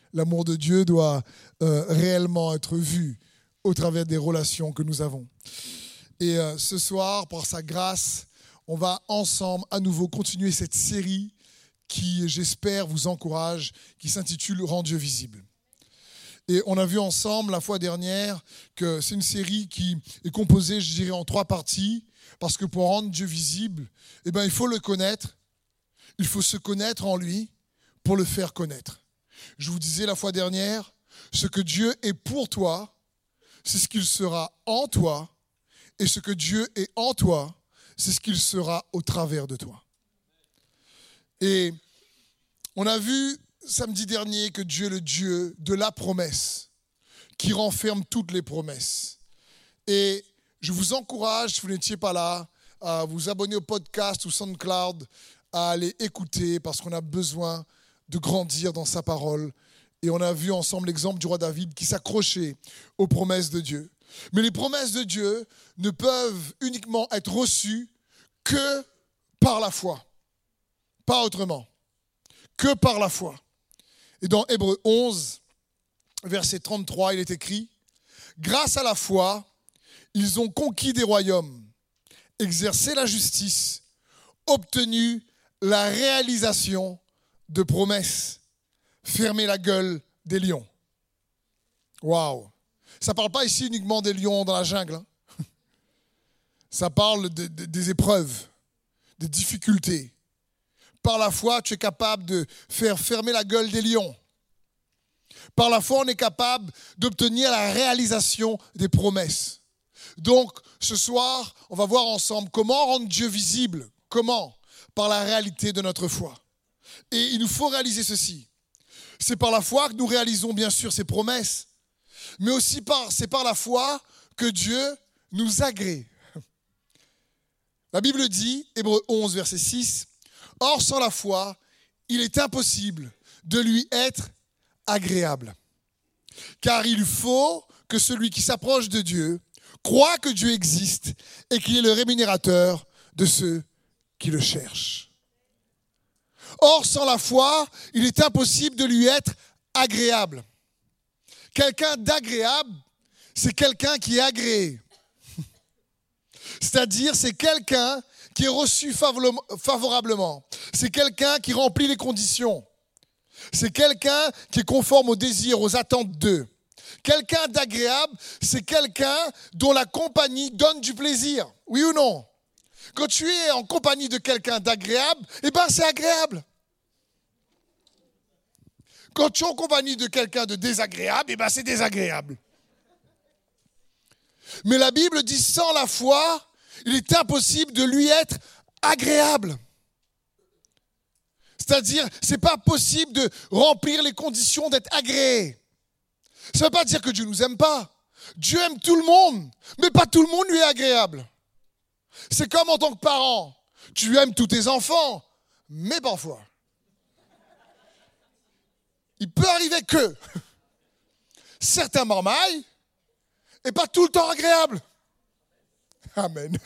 L'amour de Dieu doit réellement être vu au travers des relations que nous avons. Et ce soir, par sa grâce, on va ensemble à nouveau continuer cette série qui, j'espère, vous encourage, qui s'intitule « Rends Dieu visible ». Et on a vu ensemble la fois dernière que c'est une série qui est composée, je dirais, en 3 parties, parce que pour rendre Dieu visible, il faut le connaître, il faut se connaître en lui pour le faire connaître. Je vous disais la fois dernière, ce que Dieu est pour toi, c'est ce qu'il sera en toi, et ce que Dieu est en toi, c'est ce qu'il sera au travers de toi. Et on a vu samedi dernier que Dieu est le Dieu de la promesse, qui renferme toutes les promesses. Et je vous encourage, si vous n'étiez pas là, à vous abonner au podcast ou SoundCloud, à aller écouter, parce qu'on a besoin de grandir dans sa parole. Et on a vu ensemble l'exemple du roi David qui s'accrochait aux promesses de Dieu. Mais les promesses de Dieu ne peuvent uniquement être reçues que par la foi. Pas autrement. Que par la foi. Et dans Hébreux 11, verset 33, il est écrit « Grâce à la foi, ils ont conquis des royaumes, exercé la justice, obtenu la réalisation de promesses, fermé la gueule des lions. » Waouh! Ça ne parle pas ici uniquement des lions dans la jungle. Hein. Ça parle des épreuves, des difficultés. Par la foi, tu es capable de faire fermer la gueule des lions. Par la foi, on est capable d'obtenir la réalisation des promesses. Donc, ce soir, on va voir ensemble comment rendre Dieu visible. Comment? Par la réalité de notre foi. Et il nous faut réaliser ceci. C'est par la foi que nous réalisons bien sûr ses promesses, mais aussi c'est par la foi que Dieu nous agrée. La Bible dit, Hébreux 11, verset 6, « Or, sans la foi, il est impossible de lui être agréable. Car il faut que celui qui s'approche de Dieu croit que Dieu existe et qu'il est le rémunérateur de ceux qui le cherchent. Or, sans la foi, il est impossible de lui être agréable. » Quelqu'un d'agréable, c'est quelqu'un qui est agréé. C'est-à-dire, c'est quelqu'un qui est reçu favorablement. C'est quelqu'un qui remplit les conditions. C'est quelqu'un qui est conforme aux désirs, aux attentes d'eux. Quelqu'un d'agréable, c'est quelqu'un dont la compagnie donne du plaisir. Oui ou non? Quand tu es en compagnie de quelqu'un d'agréable, c'est agréable. Quand tu es en compagnie de quelqu'un de désagréable, c'est désagréable. Mais la Bible dit, sans la foi, il est impossible de lui être agréable. C'est-à-dire, ce n'est pas possible de remplir les conditions d'être agréé. Ça ne veut pas dire que Dieu ne nous aime pas. Dieu aime tout le monde, mais pas tout le monde lui est agréable. C'est comme en tant que parent. Tu aimes tous tes enfants, mais parfois, il peut arriver que certains marmaillent et pas tout le temps agréables. Amen.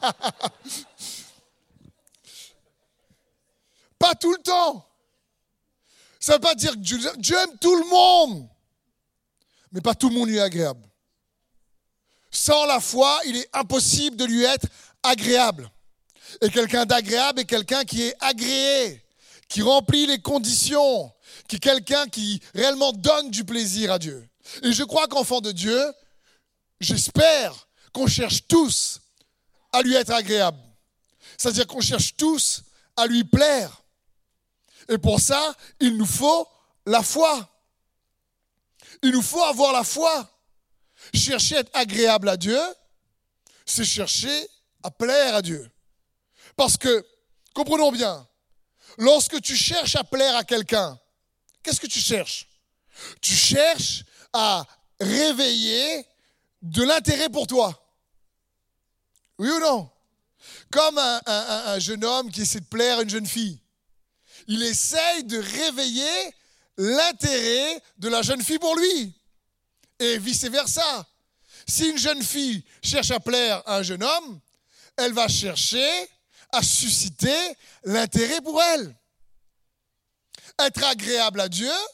Pas tout le temps. Ça ne veut pas dire que Dieu aime tout le monde, mais pas tout le monde lui est agréable. Sans la foi, il est impossible de lui être agréable. Et quelqu'un d'agréable est quelqu'un qui est agréé, qui remplit les conditions, qui est quelqu'un qui réellement donne du plaisir à Dieu. Et je crois qu'enfant de Dieu, j'espère qu'on cherche tous à lui être agréable. C'est-à-dire qu'on cherche tous à lui plaire. Et pour ça, il nous faut la foi. Il nous faut avoir la foi. Chercher à être agréable à Dieu, c'est chercher à plaire à Dieu. Parce que, comprenons bien, lorsque tu cherches à plaire à quelqu'un, qu'est-ce que tu cherches? Tu cherches à réveiller de l'intérêt pour toi. Oui ou non? Comme un jeune homme qui essaie de plaire à une jeune fille. Il essaye de réveiller l'intérêt de la jeune fille pour lui. Et vice-versa. Si une jeune fille cherche à plaire à un jeune homme, elle va chercher à susciter l'intérêt pour elle. Être agréable à Dieu,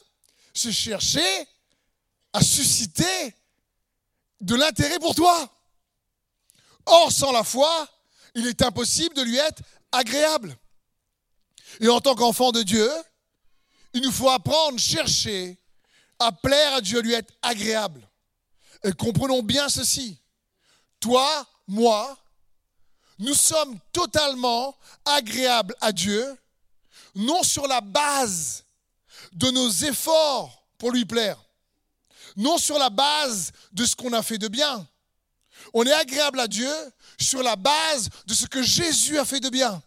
c'est chercher à susciter de l'intérêt pour toi. Or, sans la foi, il est impossible de lui être agréable. Et en tant qu'enfant de Dieu, il nous faut apprendre, chercher à plaire à Dieu, lui être agréable. Et comprenons bien ceci. Toi, moi, nous sommes totalement agréables à Dieu, non sur la base de nos efforts pour lui plaire, non sur la base de ce qu'on a fait de bien. On est agréable à Dieu sur la base de ce que Jésus a fait de bien.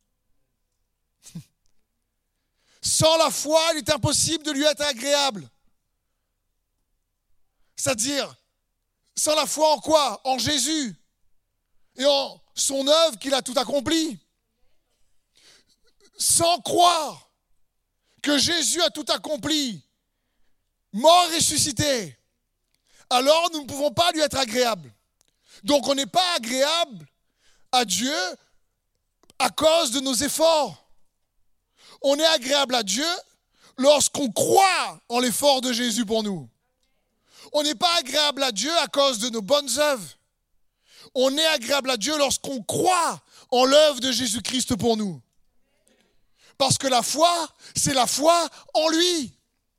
Sans la foi, il est impossible de lui être agréable. C'est-à-dire, sans la foi en quoi? En Jésus et en son œuvre qu'il a tout accompli. Sans croire que Jésus a tout accompli, mort et ressuscité, alors nous ne pouvons pas lui être agréables. Donc on n'est pas agréable à Dieu à cause de nos efforts. On est agréable à Dieu lorsqu'on croit en l'effort de Jésus pour nous. On n'est pas agréable à Dieu à cause de nos bonnes œuvres. On est agréable à Dieu lorsqu'on croit en l'œuvre de Jésus-Christ pour nous. Parce que la foi, c'est la foi en lui.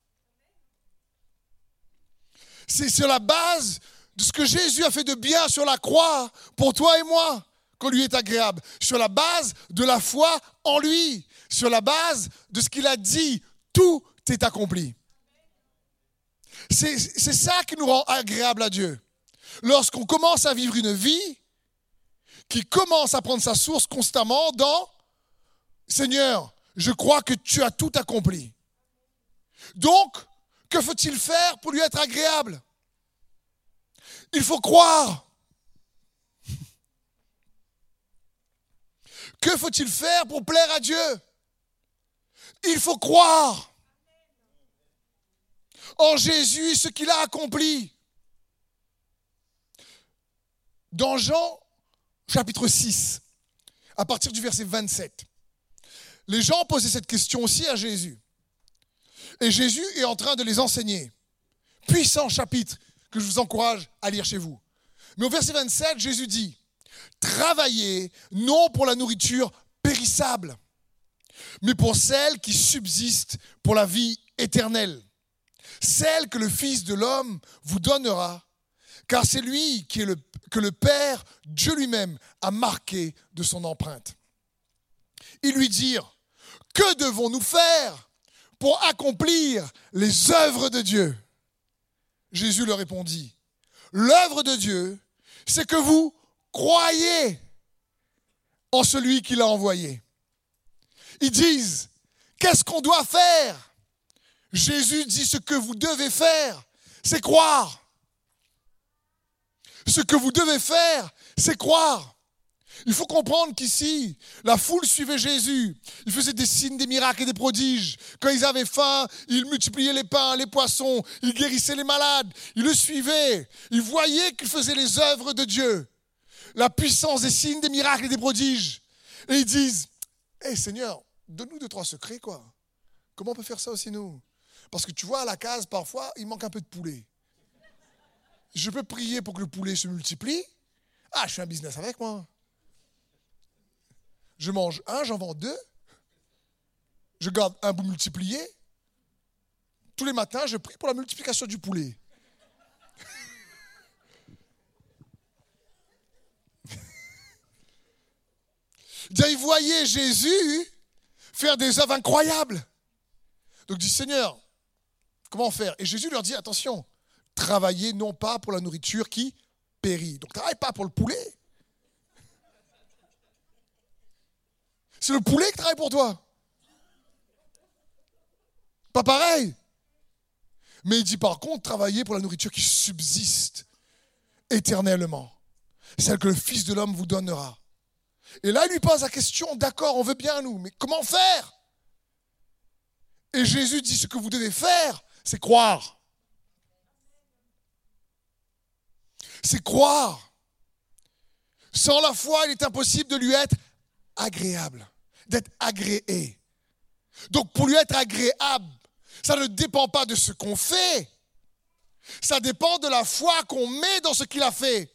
C'est sur la base de ce que Jésus a fait de bien sur la croix pour toi et moi qu'on lui est agréable. Sur la base de la foi en lui. Sur la base de ce qu'il a dit, tout est accompli. C'est ça qui nous rend agréable à Dieu. Lorsqu'on commence à vivre une vie qui commence à prendre sa source constamment dans « Seigneur, je crois que tu as tout accompli. » Donc, que faut-il faire pour lui être agréable? Il faut croire. Que faut-il faire pour plaire à Dieu? Il faut croire en Jésus et ce qu'il a accompli. Dans Jean, chapitre 6, à partir du verset 27, les gens posaient cette question aussi à Jésus. Et Jésus est en train de les enseigner. Puissant chapitre que je vous encourage à lire chez vous. Mais au verset 27, Jésus dit « Travaillez non pour la nourriture périssable, mais pour celle qui subsiste pour la vie éternelle, celle que le Fils de l'homme vous donnera, car c'est lui que le Père, Dieu lui-même, a marqué de son empreinte. » Ils lui dirent « Que devons-nous faire pour accomplir les œuvres de Dieu ?» Jésus leur répondit « L'œuvre de Dieu, c'est que vous croyez en celui qui l'a envoyé. » Ils disent « Qu'est-ce qu'on doit faire ?» Jésus dit « Ce que vous devez faire, c'est croire. » Ce que vous devez faire, c'est croire. Il faut comprendre qu'ici, la foule suivait Jésus. Il faisait des signes, des miracles et des prodiges. Quand ils avaient faim, il multipliait les pains, les poissons. Il guérissait les malades. Ils le suivaient. Ils voyaient qu'il faisait les œuvres de Dieu. La puissance des signes, des miracles et des prodiges. Et ils disent, « Hey Seigneur, donne-nous 2-3 secrets, quoi. Comment on peut faire ça aussi, nous? Parce que tu vois, à la case, parfois, il manque un peu de poulet. Je peux prier pour que le poulet se multiplie. Ah, je fais un business avec moi. Je mange un, j'en vends 2. Je garde un bout multiplié. Tous les matins, je prie pour la multiplication du poulet. Ils voyaient Jésus faire des œuvres incroyables. Donc, ils disent, Seigneur, comment faire? Et Jésus leur dit, attention, travaillez non pas pour la nourriture qui périt. Donc, travaille pas pour le poulet. C'est le poulet qui travaille pour toi. Pas pareil. Mais il dit par contre, travaillez pour la nourriture qui subsiste éternellement. Celle que le Fils de l'homme vous donnera. Et là, il lui pose la question, d'accord, on veut bien nous, mais comment faire? Et Jésus dit, ce que vous devez faire, c'est croire. C'est croire. Sans la foi, il est impossible de lui être agréable, d'être agréé. Donc pour lui être agréable, Ça ne dépend pas de ce qu'on fait. Ça dépend de la foi qu'on met dans ce qu'il a fait.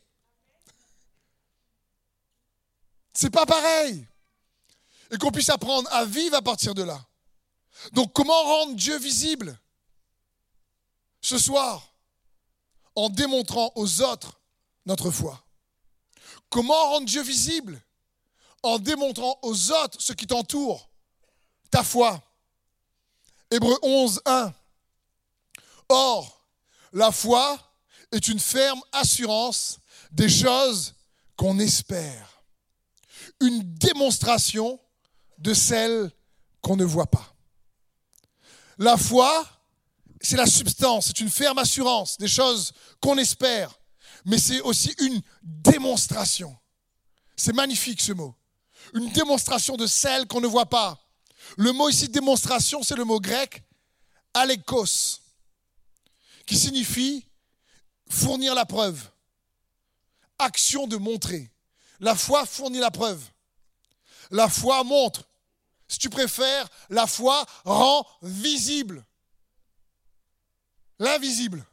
C'est pas pareil. Et qu'on puisse apprendre à vivre à partir de là. Donc comment rendre Dieu visible ce soir? En démontrant aux autres notre foi. Comment rendre Dieu visible? En démontrant aux autres ce qui t'entoure, ta foi. Hébreux 11, 1. Or, la foi est une ferme assurance des choses qu'on espère. Une démonstration de celles qu'on ne voit pas. La foi, c'est la substance, c'est une ferme assurance des choses qu'on espère, mais c'est aussi une démonstration. C'est magnifique ce mot. Une démonstration de celles qu'on ne voit pas. Le mot ici démonstration, c'est le mot grec alekos, qui signifie fournir la preuve. Action de montrer. La foi fournit la preuve. La foi montre. Si tu préfères, la foi rend visible l'invisible.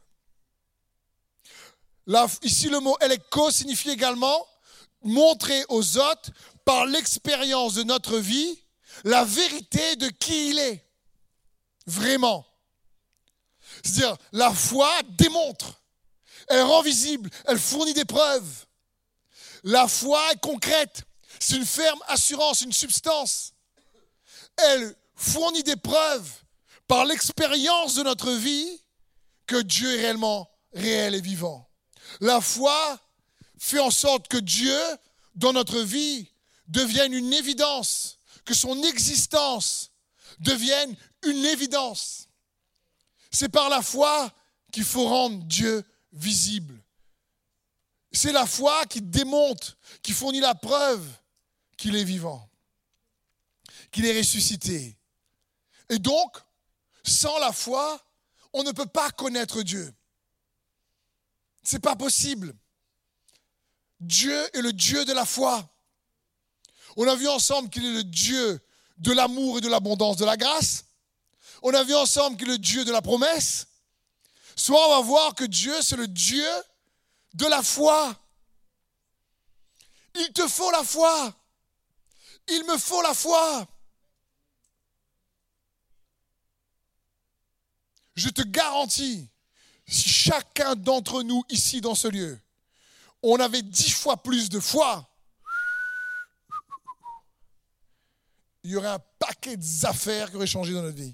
Ici, le mot elekko signifie également montrer aux autres, par l'expérience de notre vie, la vérité de qui il est. Vraiment. C'est-à-dire, la foi démontre, elle rend visible, elle fournit des preuves. La foi est concrète, c'est une ferme assurance, une substance. Elle fournit des preuves par l'expérience de notre vie que Dieu est réellement réel et vivant. La foi fait en sorte que Dieu, dans notre vie, devienne une évidence, que son existence devienne une évidence. C'est par la foi qu'il faut rendre Dieu visible. C'est la foi qui démontre, qui fournit la preuve qu'il est vivant, qu'il est ressuscité. Et donc, sans la foi, on ne peut pas connaître Dieu. C'est pas possible. Dieu est le Dieu de la foi. On a vu ensemble qu'il est le Dieu de l'amour et de l'abondance de la grâce. On a vu ensemble qu'il est le Dieu de la promesse. Soit on va voir que Dieu, c'est le Dieu de la foi. Il te faut la foi. Il me faut la foi. Je te garantis, si chacun d'entre nous ici dans ce lieu, on avait 10 fois plus de foi, il y aurait un paquet d'affaires qui auraient changé dans notre vie.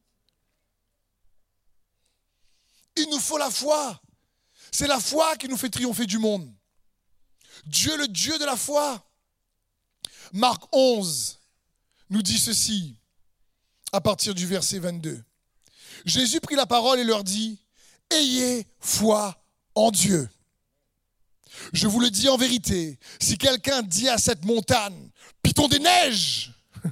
Il nous faut la foi. C'est la foi qui nous fait triompher du monde. Dieu, le Dieu de la foi. Marc 11 nous dit ceci, à partir du verset 22. Jésus prit la parole et leur dit, « Ayez foi en Dieu. Je vous le dis en vérité, si quelqu'un dit à cette montagne, « Piton des neiges,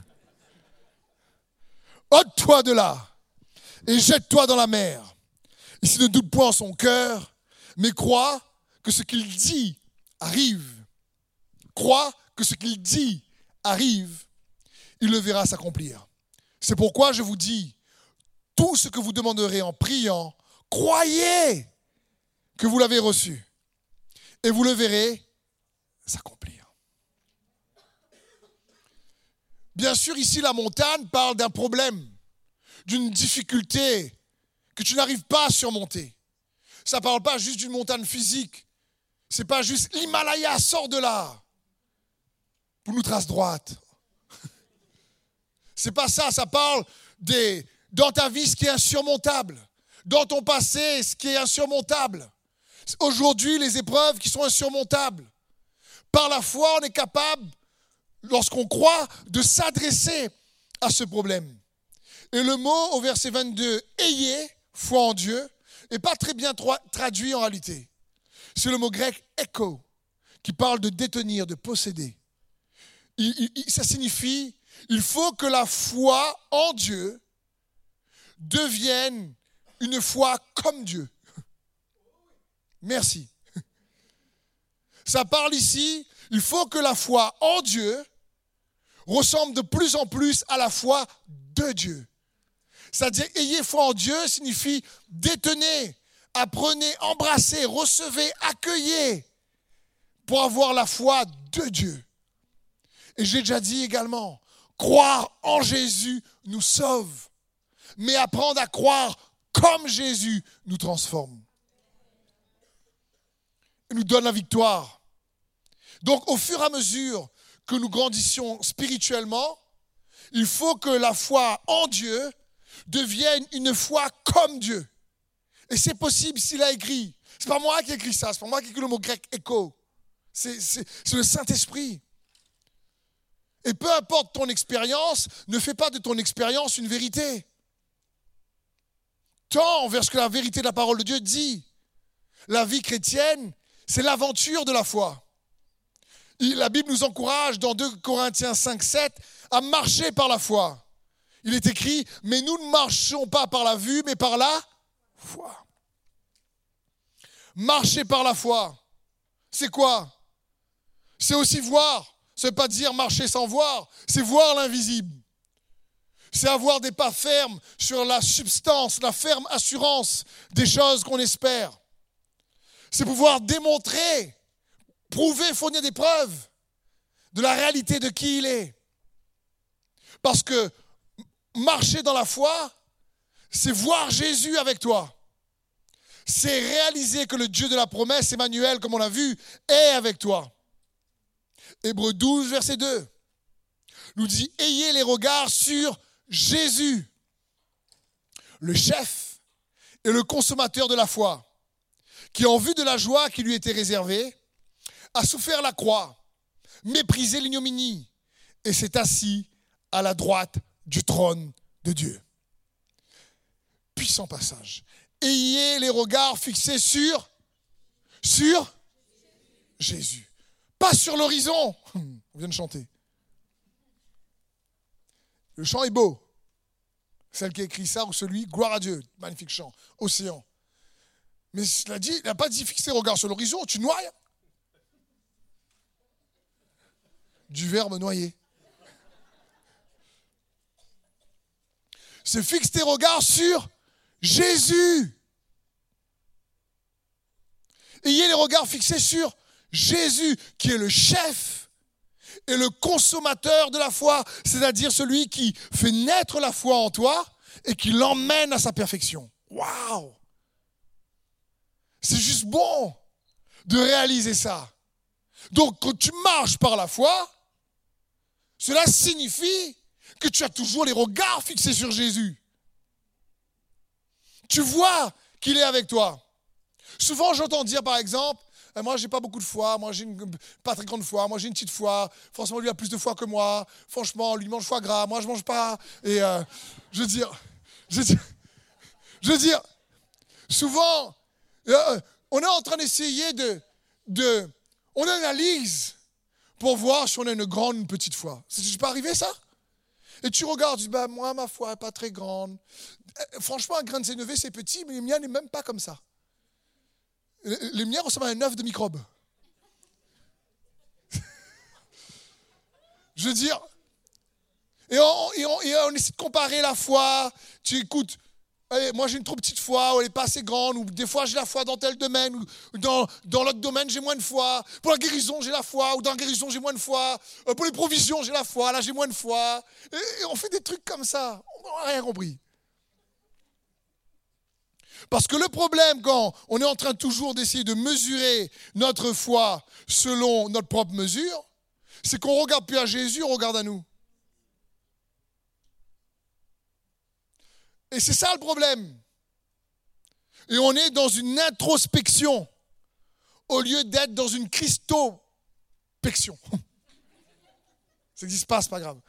ôte-toi de là et jette-toi dans la mer. » Et s'il ne doute point en son cœur, mais croit que ce qu'il dit arrive. Croit que ce qu'il dit arrive, il le verra s'accomplir. C'est pourquoi je vous dis, tout ce que vous demanderez en priant, croyez que vous l'avez reçu. Et vous le verrez s'accomplir. Bien sûr, ici, la montagne parle d'un problème, d'une difficulté que tu n'arrives pas à surmonter. Ça ne parle pas juste d'une montagne physique. Ce n'est pas juste l'Himalaya, sort de là pour nous trace droite. C'est pas ça, ça parle dans ta vie ce qui est insurmontable, dans ton passé ce qui est insurmontable. Aujourd'hui, les épreuves qui sont insurmontables. Par la foi, on est capable, lorsqu'on croit, de s'adresser à ce problème. Et le mot au verset 22, « ayez foi en Dieu », n'est pas très bien traduit en réalité. C'est le mot grec « echo » qui parle de détenir, de posséder. Ça signifie, il faut que la foi en Dieu devienne une foi comme Dieu. Merci. Ça parle ici, il faut que la foi en Dieu ressemble de plus en plus à la foi de Dieu. C'est-à-dire, ayez foi en Dieu signifie détenez, apprenez, embrassez, recevez, accueillez pour avoir la foi de Dieu. Et j'ai déjà dit également, croire en Jésus nous sauve, mais apprendre à croire comme Jésus nous transforme. Et nous donne la victoire. Donc, au fur et à mesure que nous grandissions spirituellement, il faut que la foi en Dieu devienne une foi comme Dieu. Et c'est possible s'il a écrit. C'est pas moi qui ai écrit ça, c'est pas moi qui ai écrit le mot grec écho. C'est le Saint-Esprit. Et peu importe ton expérience, ne fais pas de ton expérience une vérité. Tends vers ce que la vérité de la parole de Dieu dit. La vie chrétienne, c'est l'aventure de la foi. La Bible nous encourage dans 2 Corinthiens 5, 7 à marcher par la foi. Il est écrit, mais nous ne marchons pas par la vue, mais par la foi. Marcher par la foi, c'est quoi? C'est aussi voir. Ça ne veut pas dire marcher sans voir, c'est voir l'invisible. C'est avoir des pas fermes sur la substance, la ferme assurance des choses qu'on espère. C'est pouvoir démontrer, prouver, fournir des preuves de la réalité de qui il est. Parce que marcher dans la foi, c'est voir Jésus avec toi. C'est réaliser que le Dieu de la promesse, Emmanuel, comme on l'a vu, est avec toi. Hébreux 12, verset 2, nous dit « Ayez les regards sur Jésus, le chef et le consommateur de la foi, qui en vue de la joie qui lui était réservée, a souffert la croix, méprisé l'ignominie, et s'est assis à la droite du trône de Dieu. » Puissant passage. Ayez les regards fixés sur Jésus. Pas sur l'horizon. On vient de chanter. Le chant est beau. Celle qui a écrit ça ou celui, gloire à Dieu. Magnifique chant. Océan. Mais il n'a pas dit fixer le regard sur l'horizon, tu noies. Du verbe noyer. C'est fixe tes regards sur Jésus. Ayez les regards fixés sur Jésus, qui est le chef et le consommateur de la foi, c'est-à-dire celui qui fait naître la foi en toi et qui l'emmène à sa perfection. Waouh! C'est juste bon de réaliser ça. Donc, quand tu marches par la foi, cela signifie que tu as toujours les regards fixés sur Jésus. Tu vois qu'il est avec toi. Souvent, j'entends dire, par exemple, moi, j'ai pas beaucoup de foi, moi, j'ai pas très grande foi, moi, j'ai une petite foi. Franchement, lui a plus de foi que moi. Franchement, lui mange foie gras, moi, je mange pas. Et je veux dire, souvent, on est en train d'essayer on analyse pour voir si on a une grande ou une petite foi. C'est pas arrivé, ça? Et tu regardes, tu dis, moi, ma foi n'est pas très grande. Franchement, un grain de sénévé, c'est petit, mais le mien n'est même pas comme ça. Les miens ressemblent à un œuf de microbes. Je veux dire, et on essaie de comparer la foi. Tu écoutes, allez, moi j'ai une trop petite foi, ou elle n'est pas assez grande, ou des fois j'ai la foi dans tel domaine, ou dans l'autre domaine j'ai moins de foi. Pour la guérison j'ai la foi, ou dans la guérison j'ai moins de foi. Pour les provisions j'ai la foi, là j'ai moins de foi. Et on fait des trucs comme ça, on n'a rien compris. Parce que le problème, quand on est en train toujours d'essayer de mesurer notre foi selon notre propre mesure, c'est qu'on ne regarde plus à Jésus, on regarde à nous. Et c'est ça le problème. Et on est dans une introspection au lieu d'être dans une christopection. Ça n'existe pas, c'est pas grave.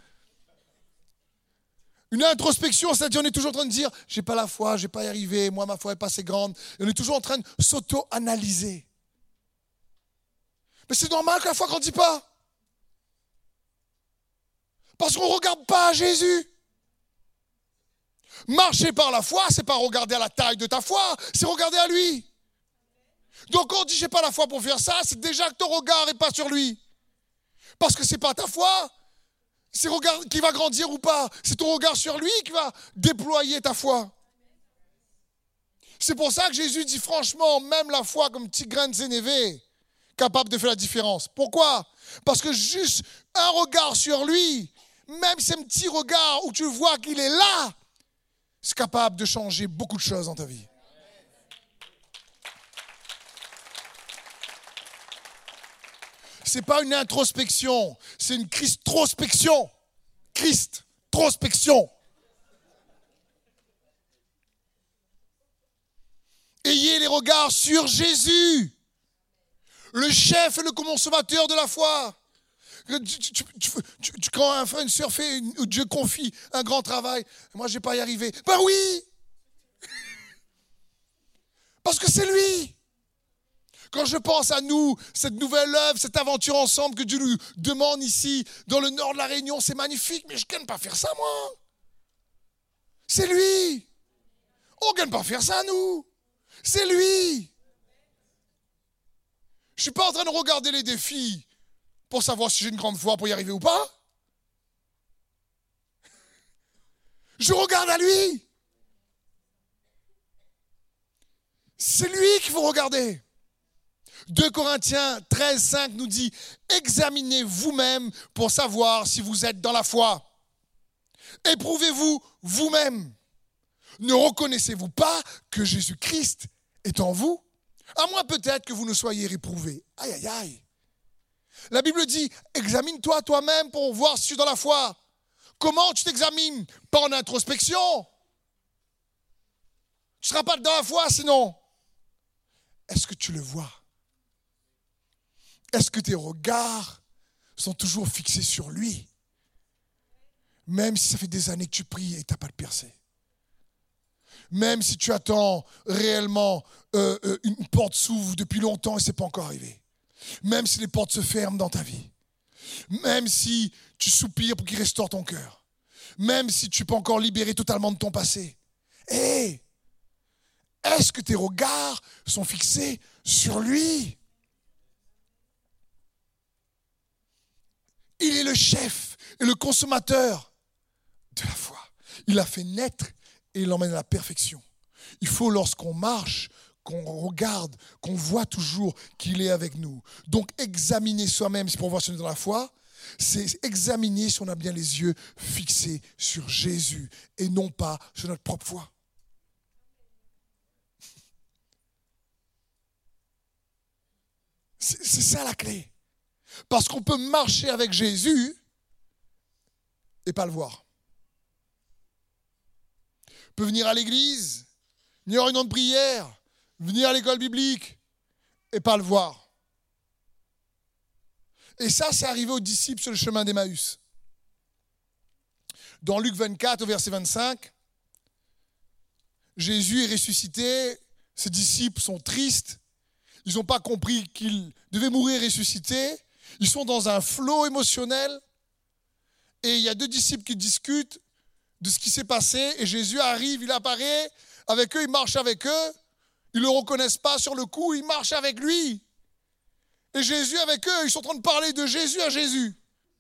Une introspection, c'est-à-dire on est toujours en train de dire « j'ai pas la foi, je vais pas y arriver, moi ma foi n'est pas assez grande ». Et on est toujours en train de s'auto-analyser. Mais c'est normal que la foi ne grandit pas. Parce qu'on ne regarde pas à Jésus. Marcher par la foi, c'est pas regarder à la taille de ta foi, c'est regarder à lui. Donc quand on dit « j'ai pas la foi pour faire ça », c'est déjà que ton regard n'est pas sur lui. Parce que c'est pas ta foi. C'est qui va grandir ou pas. C'est ton regard sur lui qui va déployer ta foi. C'est pour ça que Jésus dit franchement, même la foi comme petit grain de sénévé, capable de faire la différence. Pourquoi? Parce que juste un regard sur lui, même c'est un petit regard où tu vois qu'il est là, c'est capable de changer beaucoup de choses dans ta vie. Ce n'est pas une introspection, c'est une Christrospection. Christrospection. Ayez les regards sur Jésus, le chef et le consommateur de la foi. Quand un frère, une sœur fait, Dieu confie un grand travail, moi je ne vais pas y arriver. Ben oui, parce que c'est lui. Quand je pense à nous, cette nouvelle œuvre, cette aventure ensemble que Dieu nous demande ici, dans le nord de la Réunion, c'est magnifique, mais je ne gagne pas faire ça moi. C'est lui. On ne gagne pas faire ça nous. C'est lui. Je ne suis pas en train de regarder les défis pour savoir si j'ai une grande foi pour y arriver ou pas. Je regarde à lui. C'est lui qu'il faut regarder. 2 Corinthiens 13, 5 nous dit « Examinez vous-même pour savoir si vous êtes dans la foi. Éprouvez-vous vous-même. Ne reconnaissez-vous pas que Jésus-Christ est en vous? À moins peut-être que vous ne soyez réprouvés. » Aïe, aïe, aïe. La Bible dit « Examine-toi toi-même pour voir si tu es dans la foi. » Comment tu t'examines? Pas en introspection. Tu ne seras pas dans la foi sinon. Est-ce que tu le vois? Est-ce que tes regards sont toujours fixés sur lui? Même si ça fait des années que tu pries et tu n'as pas de percée. Même si tu attends réellement une porte s'ouvre depuis longtemps et ce n'est pas encore arrivé. Même si les portes se ferment dans ta vie. Même si tu soupires pour qu'il restaure ton cœur. Même si tu n'es pas encore libéré totalement de ton passé. Est-ce que tes regards sont fixés sur lui? Il est le chef et le consommateur de la foi. Il l'a fait naître et il l'emmène à la perfection. Il faut, lorsqu'on marche, qu'on regarde, qu'on voit toujours qu'il est avec nous. Donc, examiner soi-même pour voir si on est dans la foi, c'est examiner si on a bien les yeux fixés sur Jésus et non pas sur notre propre foi. C'est ça la clé. Parce qu'on peut marcher avec Jésus et pas le voir. On peut venir à l'église, venir à une réunion de prière, venir à l'école biblique et pas le voir. Et ça, c'est arrivé aux disciples sur le chemin d'Emmaüs. Dans Luc 24, au verset 25, Jésus est ressuscité, ses disciples sont tristes, ils n'ont pas compris qu'il devait mourir et ressusciter. Ils sont dans un flot émotionnel et il y a 2 disciples qui discutent de ce qui s'est passé et Jésus arrive, il apparaît avec eux, il marche avec eux. Ils ne le reconnaissent pas sur le coup, ils marchent avec lui. Et Jésus avec eux, ils sont en train de parler de Jésus à Jésus.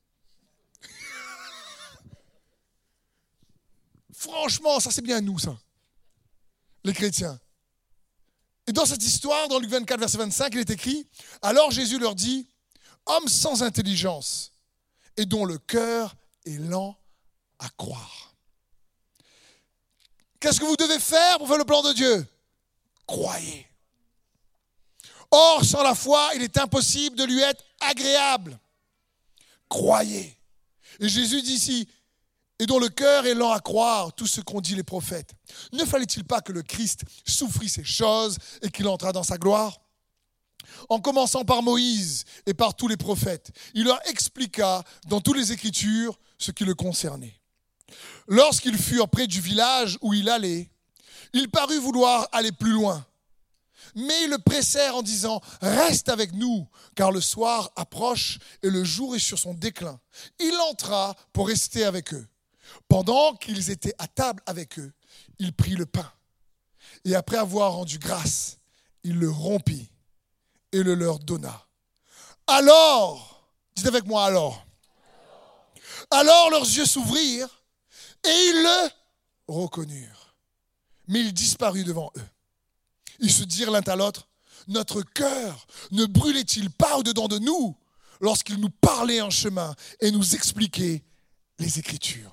Franchement, ça c'est bien nous ça, les chrétiens. Et dans cette histoire, dans Luc 24, verset 25, il est écrit « Alors Jésus leur dit, hommes sans intelligence et dont le cœur est lent à croire. » Qu'est-ce que vous devez faire pour faire le plan de Dieu? Croyez. Or, sans la foi, il est impossible de lui être agréable. Croyez. Et Jésus dit ici, et dont le cœur est lent à croire tout ce qu'ont dit les prophètes. Ne fallait-il pas que le Christ souffrit ces choses et qu'il entrât dans sa gloire? En commençant par Moïse et par tous les prophètes, il leur expliqua dans toutes les Écritures ce qui le concernait. Lorsqu'ils furent près du village où il allait, il parut vouloir aller plus loin. Mais ils le pressèrent en disant « Reste avec nous, car le soir approche et le jour est sur son déclin. » Il entra pour rester avec eux. Pendant qu'ils étaient à table avec eux, il prit le pain. Et après avoir rendu grâce, il le rompit et le leur donna. Alors, dites avec moi alors. Alors leurs yeux s'ouvrirent et ils le reconnurent. Mais il disparut devant eux. Ils se dirent l'un à l'autre, notre cœur ne brûlait-il pas au-dedans de nous lorsqu'il nous parlait en chemin et nous expliquait les Écritures?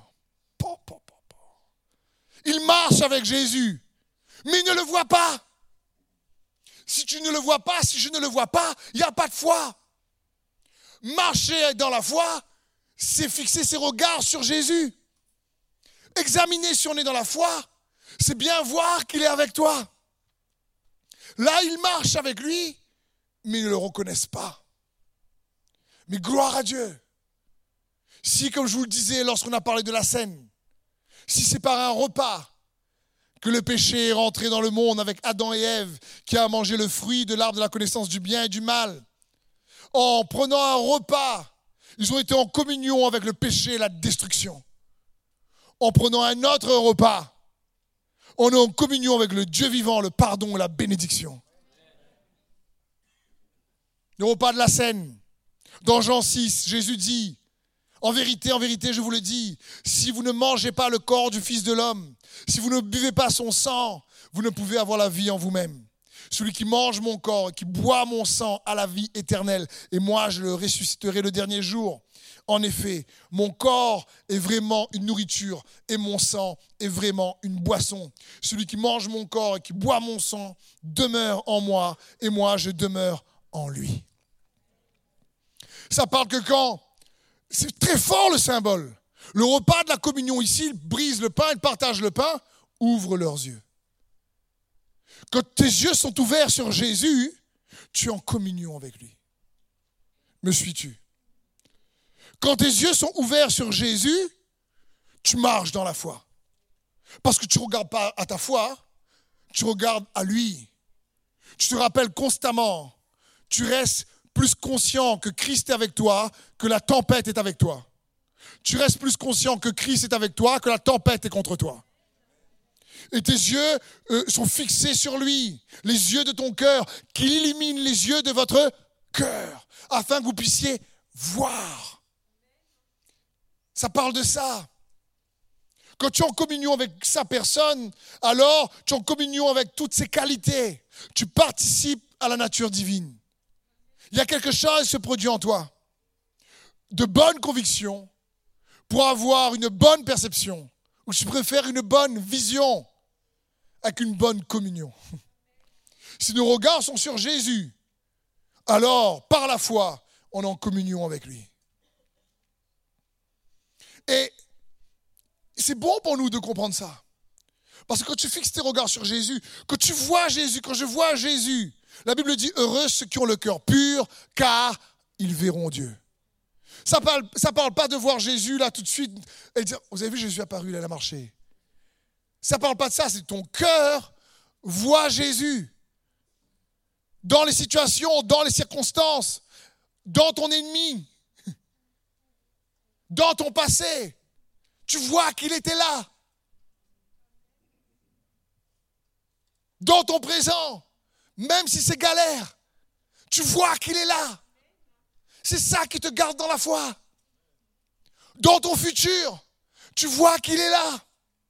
Ils marchent avec Jésus, mais ils ne le voient pas. Si tu ne le vois pas, si je ne le vois pas, il n'y a pas de foi. Marcher dans la foi, c'est fixer ses regards sur Jésus. Examiner si on est dans la foi, c'est bien voir qu'il est avec toi. Là, ils marchent avec lui, mais ils ne le reconnaissent pas. Mais gloire à Dieu. Si, comme je vous le disais lorsqu'on a parlé de la scène, si c'est par un repas que le péché est rentré dans le monde avec Adam et Ève, qui a mangé le fruit de l'arbre de la connaissance du bien et du mal, en prenant un repas, ils ont été en communion avec le péché et la destruction. En prenant un autre repas, on est en communion avec le Dieu vivant, le pardon et la bénédiction. Le repas de la scène, dans Jean 6, Jésus dit, en vérité, je vous le dis, si vous ne mangez pas le corps du Fils de l'homme, si vous ne buvez pas son sang, vous ne pouvez avoir la vie en vous-même. Celui qui mange mon corps et qui boit mon sang a la vie éternelle, et moi je le ressusciterai le dernier jour. En effet, mon corps est vraiment une nourriture et mon sang est vraiment une boisson. Celui qui mange mon corps et qui boit mon sang demeure en moi et moi je demeure en lui. Ça parle que quand, c'est très fort le symbole. Le repas de la communion ici, ils brisent le pain, ils partagent le pain, ouvrent leurs yeux. Quand tes yeux sont ouverts sur Jésus, tu es en communion avec lui. Me suis-tu? Quand tes yeux sont ouverts sur Jésus, tu marches dans la foi. Parce que tu ne regardes pas à ta foi, tu regardes à lui. Tu te rappelles constamment, tu restes plus conscient que Christ est avec toi, que la tempête est avec toi. Tu restes plus conscient que Christ est avec toi, que la tempête est contre toi. Et tes yeux sont fixés sur lui, les yeux de ton cœur, qu'il illumine les yeux de votre cœur, afin que vous puissiez voir. Ça parle de ça. Quand tu es en communion avec sa personne, alors tu es en communion avec toutes ses qualités. Tu participes à la nature divine. Il y a quelque chose qui se produit en toi. De bonnes convictions pour avoir une bonne perception. Ou je préfère une bonne vision avec une bonne communion. Si nos regards sont sur Jésus, alors par la foi, on est en communion avec lui. Et c'est bon pour nous de comprendre ça. Parce que quand tu fixes tes regards sur Jésus, quand tu vois Jésus, quand je vois Jésus, la Bible dit « Heureux ceux qui ont le cœur pur, car ils verront Dieu ». Ça parle pas de voir Jésus là tout de suite et dire « Vous avez vu, Jésus est apparu, il a marché ». Ça parle pas de ça, c'est ton cœur voit Jésus. Dans les situations, dans les circonstances, dans ton ennemi, dans ton passé, tu vois qu'il était là. Dans ton présent, même si c'est galère, tu vois qu'il est là. C'est ça qui te garde dans la foi. Dans ton futur, tu vois qu'il est là.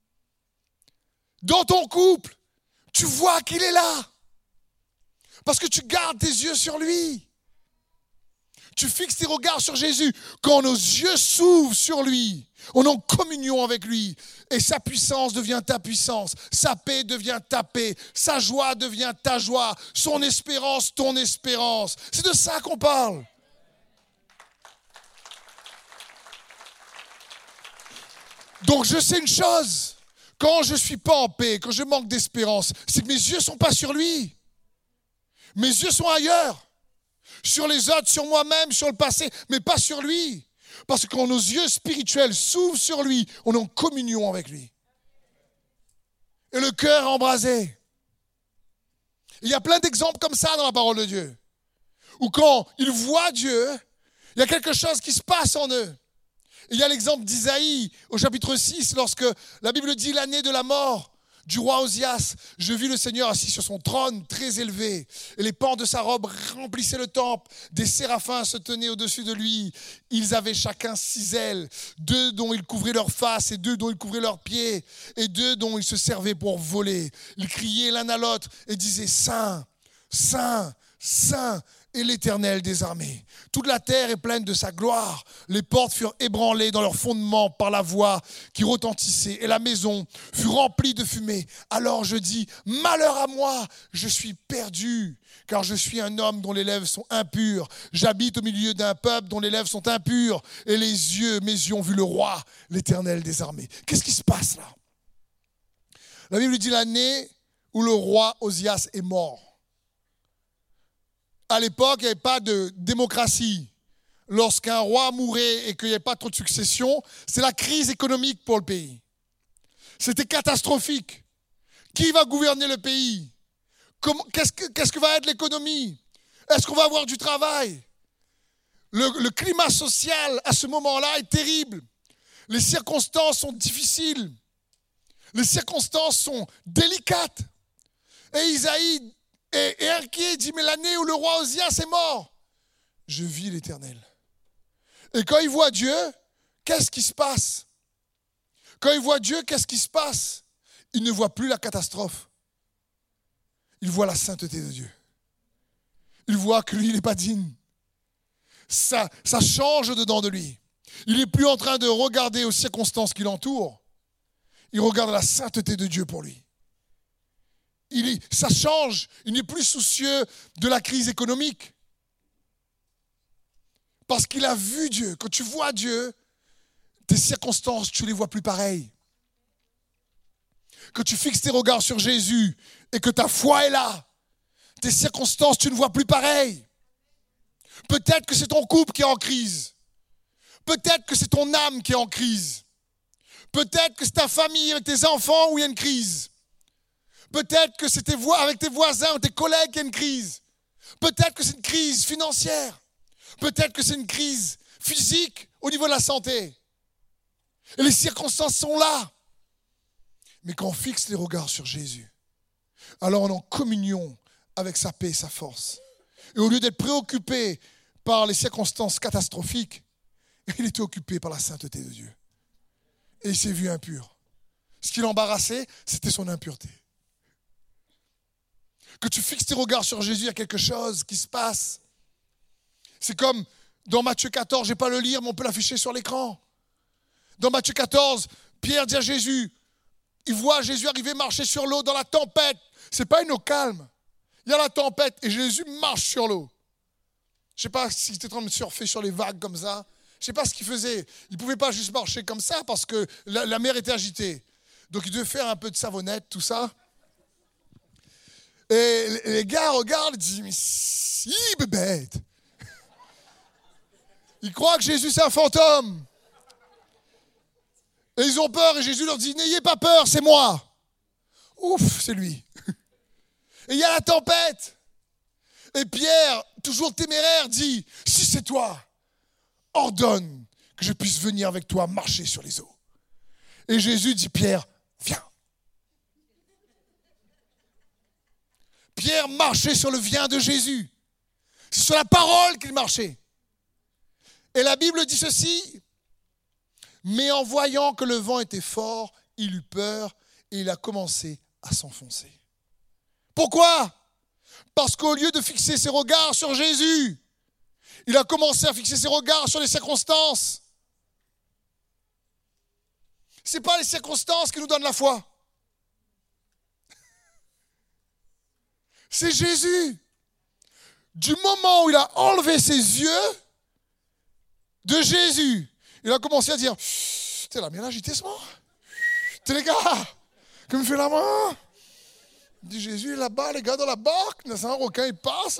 Dans ton couple, tu vois qu'il est là. Parce que tu gardes tes yeux sur lui. Tu fixes tes regards sur Jésus. Quand nos yeux s'ouvrent sur lui, on est en communion avec lui. Et sa puissance devient ta puissance. Sa paix devient ta paix. Sa joie devient ta joie. Son espérance, ton espérance. C'est de ça qu'on parle. Donc je sais une chose. Quand je ne suis pas en paix, quand je manque d'espérance, c'est que mes yeux ne sont pas sur lui. Mes yeux sont ailleurs. Sur les autres, sur moi-même, sur le passé, mais pas sur lui. Parce que quand nos yeux spirituels s'ouvrent sur lui, on est en communion avec lui. Et le cœur embrasé. Il y a plein d'exemples comme ça dans la parole de Dieu. Où quand ils voient Dieu, il y a quelque chose qui se passe en eux. Et il y a l'exemple d'Isaïe au chapitre 6, lorsque la Bible dit l'année de la mort du roi Osias, je vis le Seigneur assis sur son trône très élevé, et les pans de sa robe remplissaient le temple. Des séraphins se tenaient au-dessus de lui. Ils avaient chacun 6 ailes, 2 dont ils couvraient leur face, et 2 dont ils couvraient leurs pieds, et 2 dont ils se servaient pour voler. Ils criaient l'un à l'autre et disaient « Saint, Saint, Saint ». Et l'Éternel des armées. Toute la terre est pleine de sa gloire. Les portes furent ébranlées dans leurs fondements par la voix qui retentissait, et la maison fut remplie de fumée. Alors je dis, malheur à moi, je suis perdu, car je suis un homme dont les lèvres sont impures. J'habite au milieu d'un peuple dont les lèvres sont impures, et mes yeux ont vu le roi, l'Éternel des armées. Qu'est-ce qui se passe là? La Bible dit l'année où le roi Osias est mort. À l'époque, il n'y avait pas de démocratie. Lorsqu'un roi mourait et qu'il n'y avait pas trop de succession, c'est la crise économique pour le pays. C'était catastrophique. Qui va gouverner le pays? Qu'est-ce que va être l'économie? Est-ce qu'on va avoir du travail? Le climat social à ce moment-là est terrible. Les circonstances sont difficiles. Les circonstances sont délicates. Et Isaïe est inquiet, dit, mais l'année où le roi Osias est mort, je vis l'Éternel. Et quand il voit Dieu, qu'est-ce qui se passe? Quand il voit Dieu, qu'est-ce qui se passe? Il ne voit plus la catastrophe. Il voit la sainteté de Dieu. Il voit que lui, il n'est pas digne. Ça change dedans de lui. Il n'est plus en train de regarder aux circonstances qui l'entourent. Il regarde la sainteté de Dieu pour lui. Ça change. Il n'est plus soucieux de la crise économique. Parce qu'il a vu Dieu. Quand tu vois Dieu, tes circonstances, tu ne les vois plus pareilles. Quand tu fixes tes regards sur Jésus et que ta foi est là, tes circonstances, tu ne vois plus pareilles. Peut-être que c'est ton couple qui est en crise. Peut-être que c'est ton âme qui est en crise. Peut-être que c'est ta famille avec tes enfants où il y a une crise. Peut-être que c'est avec tes voisins ou tes collègues qu'il y a une crise. Peut-être que c'est une crise financière. Peut-être que c'est une crise physique au niveau de la santé. Et les circonstances sont là. Mais quand on fixe les regards sur Jésus, alors on est en communion avec sa paix et sa force. Et au lieu d'être préoccupé par les circonstances catastrophiques, il était occupé par la sainteté de Dieu. Et il s'est vu impur. Ce qui l'embarrassait, c'était son impureté. Que tu fixes tes regards sur Jésus, il y a quelque chose qui se passe. C'est comme dans Matthieu 14, je ne vais pas le lire, mais on peut l'afficher sur l'écran. Dans Matthieu 14, Pierre dit à Jésus, il voit Jésus arriver marcher sur l'eau dans la tempête. Ce n'est pas une eau calme. Il y a la tempête et Jésus marche sur l'eau. Je ne sais pas s'il était en train de surfer sur les vagues comme ça. Je ne sais pas ce qu'il faisait. Il ne pouvait pas juste marcher comme ça parce que la mer était agitée. Donc il devait faire un peu de savonnette, tout ça. Et les gars regardent et disent, mais si bête. Ils croient que Jésus c'est un fantôme. Et ils ont peur et Jésus leur dit, n'ayez pas peur, c'est moi. Ouf, c'est lui. Et il y a la tempête. Et Pierre, toujours téméraire, dit, si c'est toi, ordonne que je puisse venir avec toi marcher sur les eaux. Et Jésus dit, Pierre, viens. Pierre marchait sur le vin de Jésus. C'est sur la parole qu'il marchait. Et la Bible dit ceci, mais en voyant que le vent était fort, il eut peur et il a commencé à s'enfoncer. Pourquoi? Parce qu'au lieu de fixer ses regards sur Jésus, il a commencé à fixer ses regards sur les circonstances. Ce n'est pas les circonstances qui nous donnent la foi. C'est Jésus. Du moment où il a enlevé ses yeux de Jésus, il a commencé à dire, t'es là bien agité ce moment. T'es les gars, comme il fait la main. Il dit Jésus est là-bas, les gars dans la barque, c'est un requin, il passe.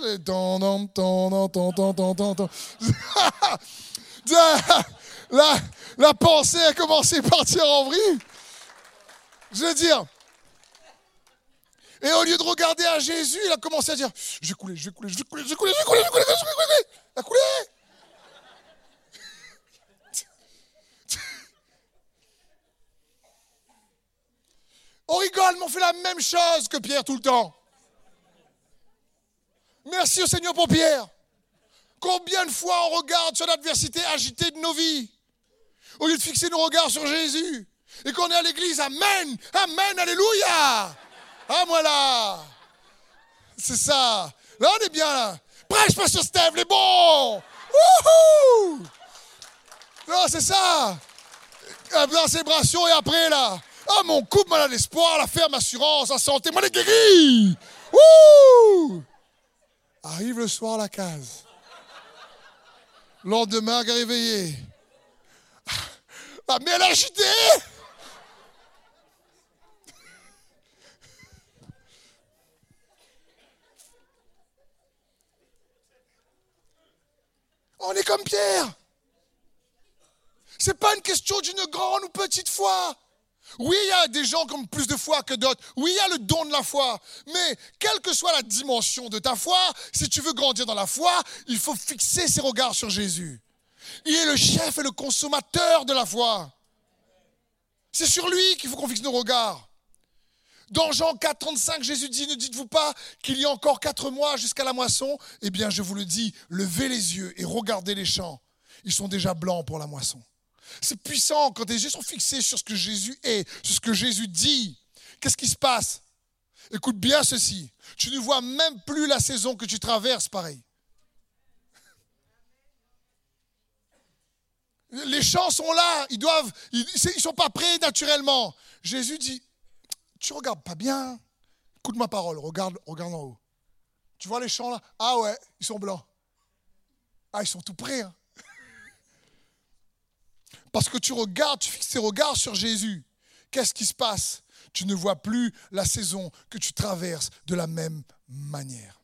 La pensée a commencé à partir en vrille. Je veux dire. Et au lieu de regarder à Jésus, il a commencé à dire, je vais couler. La couler. On rigole, mais on fait la même chose que Pierre tout le temps. Merci au Seigneur pour Pierre. Combien de fois on regarde sur l'adversité agitée de nos vies, au lieu de fixer nos regards sur Jésus. Et qu'on est à l'église, amen, amen, alléluia. Ah, voilà. C'est ça. Là, on est bien, là. Prêche, pasteur Steve, les bons. Wouhou. Non, c'est ça. La célébration et après, là. Ah, mon couple, malade espoir, la ferme, assurance, la santé, moi, les guéris. Wouh. Arrive le soir à la case. Lendemain, réveillé. Ah, mais elle a agité. On est comme Pierre. C'est pas une question d'une grande ou petite foi. Oui, il y a des gens qui ont plus de foi que d'autres. Oui, il y a le don de la foi. Mais quelle que soit la dimension de ta foi, si tu veux grandir dans la foi, il faut fixer ses regards sur Jésus. Il est le chef et le consommateur de la foi. C'est sur lui qu'il faut qu'on fixe nos regards. Dans Jean 4, 35, Jésus dit, ne dites-vous pas qu'il y a encore 4 mois jusqu'à la moisson? Eh bien, je vous le dis, levez les yeux et regardez les champs. Ils sont déjà blancs pour la moisson. C'est puissant quand tes yeux sont fixés sur ce que Jésus est, sur ce que Jésus dit. Qu'est-ce qui se passe? Écoute bien ceci. Tu ne vois même plus la saison que tu traverses pareil. Les champs sont là, ils sont pas prêts naturellement. Jésus dit, tu regardes pas bien. Écoute ma parole, regarde en haut. Tu vois les champs là? Ah ouais, ils sont blancs. Ah, ils sont tout prêts. Hein. Parce que tu fixes tes regards sur Jésus. Qu'est-ce qui se passe? Tu ne vois plus la saison que tu traverses de la même manière.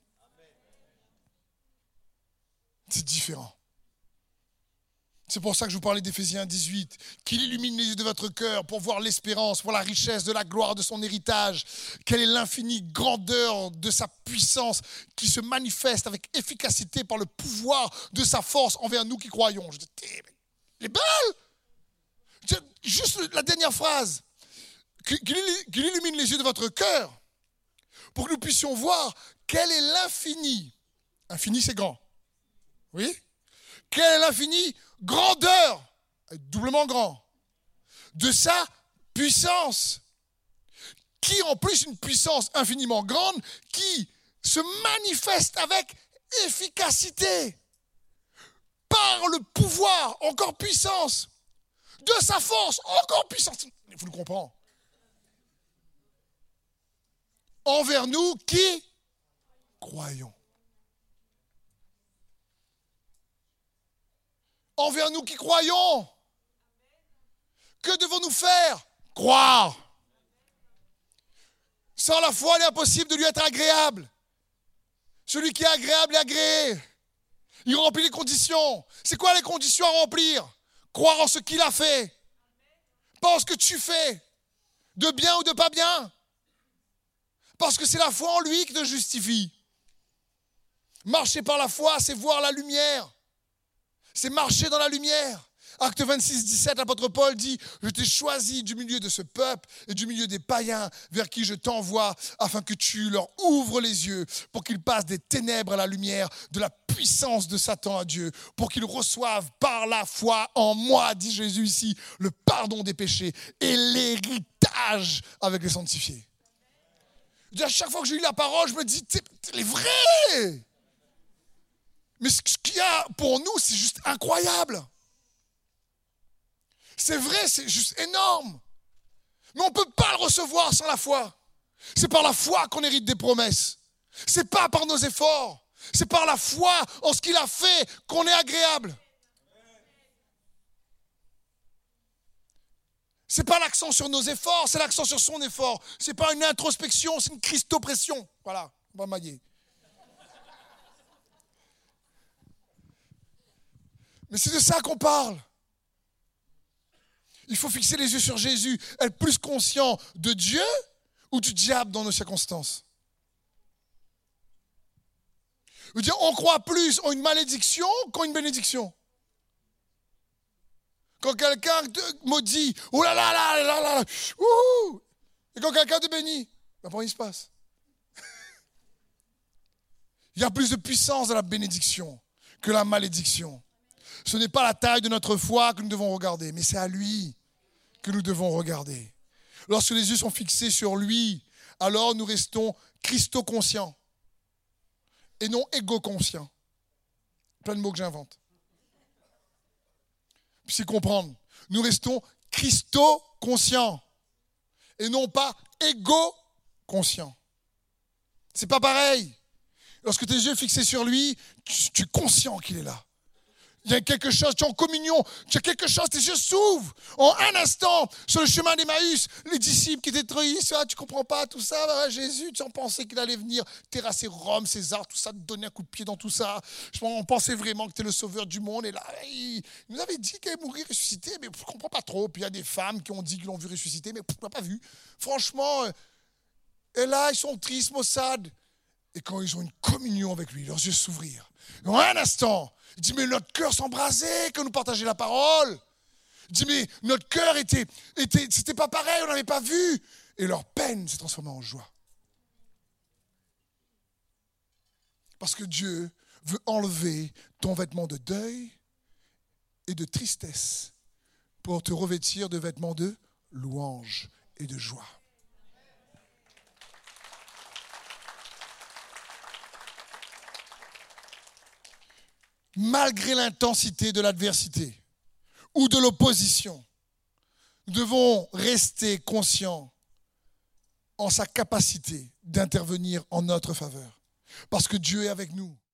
C'est différent. C'est pour ça que je vous parlais d'Éphésiens 18, qu'il illumine les yeux de votre cœur pour voir l'espérance, voir la richesse de la gloire de son héritage. Quelle est l'infinie grandeur de sa puissance qui se manifeste avec efficacité par le pouvoir de sa force envers nous qui croyons. Je dis, elle est belle! Juste la dernière phrase. Qu'il illumine les yeux de votre cœur pour que nous puissions voir quel est l'infini. Infini, c'est grand. Oui? Quelle est l'infinie grandeur, doublement grand, de sa puissance, qui en plus une puissance infiniment grande, qui se manifeste avec efficacité, par le pouvoir, encore puissance, de sa force, encore puissance. Il faut le comprendre. Envers nous qui croyons. Envers nous qui croyons. Que devons-nous faire? Croire. Sans la foi, il est impossible de lui être agréable. Celui qui est agréable est agréé. Il remplit les conditions. C'est quoi les conditions à remplir? Croire en ce qu'il a fait. Pas en ce que tu fais. De bien ou de pas bien. Parce que c'est la foi en lui qui te justifie. Marcher par la foi, c'est voir la lumière. C'est marcher dans la lumière. Acte 26, 17, l'apôtre Paul dit, je t'ai choisi du milieu de ce peuple et du milieu des païens vers qui je t'envoie afin que tu leur ouvres les yeux pour qu'ils passent des ténèbres à la lumière de la puissance de Satan à Dieu, pour qu'ils reçoivent par la foi en moi, dit Jésus ici, le pardon des péchés et l'héritage avec les sanctifiés. À chaque fois que je lis la parole, je me dis, elle est vraie. Mais ce qu'il y a pour nous, c'est juste incroyable. C'est vrai, c'est juste énorme. Mais on ne peut pas le recevoir sans la foi. C'est par la foi qu'on hérite des promesses. C'est pas par nos efforts. C'est par la foi en ce qu'il a fait qu'on est agréable. C'est pas l'accent sur nos efforts, c'est l'accent sur son effort. C'est pas une introspection, c'est une christopression. Voilà, on va mailler. Mais c'est de ça qu'on parle. Il faut fixer les yeux sur Jésus, être plus conscient de Dieu ou du diable dans nos circonstances. Je veux dire, on croit plus en une malédiction qu'en une bénédiction. Quand quelqu'un te maudit, oh là là là là là, ouh, Et quand quelqu'un te bénit, comment il se passe? Il y a plus de puissance dans la bénédiction que la malédiction. Ce n'est pas la taille de notre foi que nous devons regarder, mais c'est à lui que nous devons regarder. Lorsque les yeux sont fixés sur lui, alors nous restons Christo-conscients et non égo-conscients. Plein de mots que j'invente. Puis c'est comprendre. Nous restons Christo-conscients et non pas égo-conscients. C'est pas pareil. Lorsque tes yeux fixés sur lui, tu es conscient qu'il est là. Il y a quelque chose, tu es en communion, tu as quelque chose, tes yeux s'ouvrent. En un instant, sur le chemin d'Emmaüs, les disciples qui étaient trahis, tu comprends pas tout ça, Jésus, tu en pensais qu'il allait venir terrasser Rome, César, tout ça, te donner un coup de pied dans tout ça. On pensait vraiment que tu es le sauveur du monde. Et là, il nous avait dit qu'il allait mourir, ressusciter, mais je ne comprends pas trop. Puis il y a des femmes qui ont dit qu'ils l'ont vu ressusciter, mais on n'a pas vu. Franchement, et là, ils sont tristes, maussades. Et quand ils ont une communion avec lui, leurs yeux s'ouvrirent. En un instant, il dit, mais notre cœur s'embrasait quand nous partageons la parole. Il dit, mais notre cœur c'était pas pareil, on n'avait pas vu. Et leur peine s'est transformée en joie. Parce que Dieu veut enlever ton vêtement de deuil et de tristesse pour te revêtir de vêtements de louange et de joie. Malgré l'intensité de l'adversité ou de l'opposition, nous devons rester conscients en sa capacité d'intervenir en notre faveur. Parce que Dieu est avec nous.